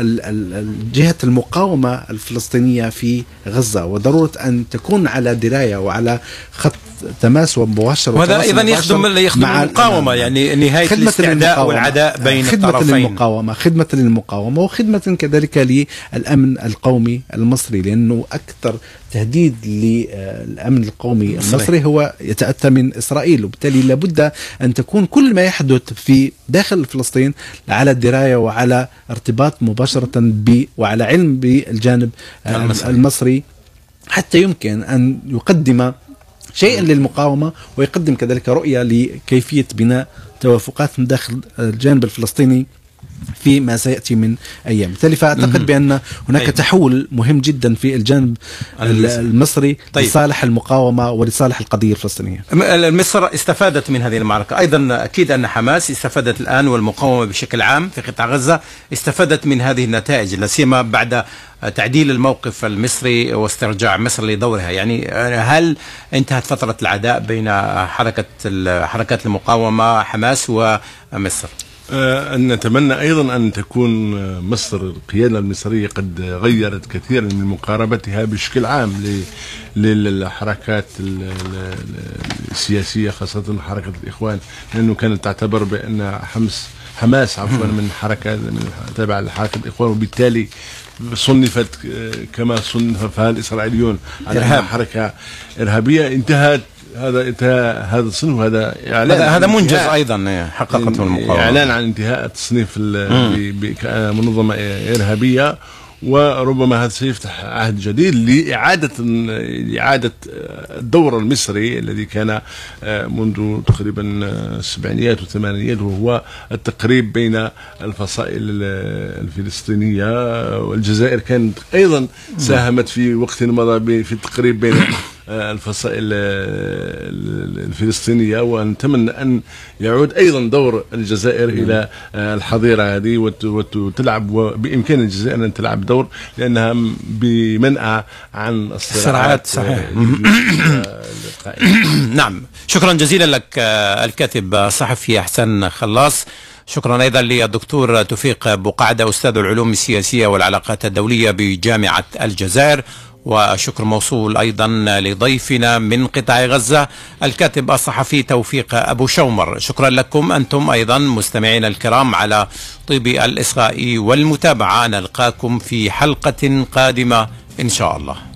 Speaker 4: جهة المقاومة الفلسطينية في غزة، وضرورة أن تكون على دراية وعلى خط تماس ومباشر.
Speaker 1: وهذا أيضا يخدم يخدم المقاومة، يعني نهاية الاستعداء والعداء بين
Speaker 4: خدمة
Speaker 1: الطرفين.
Speaker 4: للمقاومة خدمة للمقاومة وخدمة كذلك للأمن القومي المصري، لأنه أكثر تهديد للأمن القومي المصري هو يتأتى من إسرائيل، وبالتالي لابد أن تكون كل ما يحدث في داخل فلسطين على دراية وعلى ارتباط مباشرة ب وعلى علم بالجانب المصري, المصري حتى يمكن أن يقدم شيئا للمقاومة ويقدم كذلك رؤية لكيفية بناء توافقات من داخل الجانب الفلسطيني فيما سيأتي من أيام. بالتالي فأعتقد بأن هناك طيب. تحول مهم جدا في الجانب المصري طيب. لصالح المقاومة ولصالح القضية الفلسطينية.
Speaker 1: مصر استفادت من هذه المعركة، أيضا أكيد أن حماس استفادت الآن والمقاومة بشكل عام في قطاع غزة استفادت من هذه النتائج، لا سيما بعد تعديل الموقف المصري واسترجاع مصر لدورها. يعني هل انتهت فترة العداء بين حركة حركات المقاومة حماس ومصر؟
Speaker 2: أن نتمنى أيضا أن تكون مصر القيادة المصرية قد غيرت كثيرا من مقاربتها بشكل عام للحركات السياسية، خاصة حركة الإخوان، لأنه كانت تعتبر بأن حمس حماس عفوا من حركة من تابعة لحركة الإخوان، وبالتالي صنفت كما صنفها الإسرائيليون على أنها حركة إرهابية. انتهت هذا انتهى هذا الصنف، هذا
Speaker 1: اعلان هذا منجز ايضا حققته المقاومه،
Speaker 2: اعلان عن انتهاء التصنيف كمنظمه ارهابيه، وربما هذا سيفتح عهد جديد لإعادة إعادة الدور المصري الذي كان منذ تقريبا السبعينيات والثمانينيات، وهو التقريب بين الفصائل الفلسطينية. والجزائر كانت أيضا ساهمت في وقت مضى في التقريب بين الفصائل الفلسطينية، ونتمنى أن يعود أيضا دور الجزائر إلى الحظيرة هذه وتلعب، وبإمكان الجزائر أن تلعب دور لأنها بمنأى عن الصراعات.
Speaker 1: صحيح. نعم، شكرا جزيلا لك الكاتب الصحفي حسن خلاص. شكرا أيضا للدكتور توفيق بوقعدة أستاذ العلوم السياسية والعلاقات الدولية بجامعة الجزائر، وشكر موصول أيضا لضيفنا من قطاع غزة الكاتب الصحفي توفيق أبو شومر. شكرا لكم أنتم أيضا مستمعين الكرام على طيب الإصغاء والمتابعة. نلقاكم في حلقة قادمة إن شاء الله.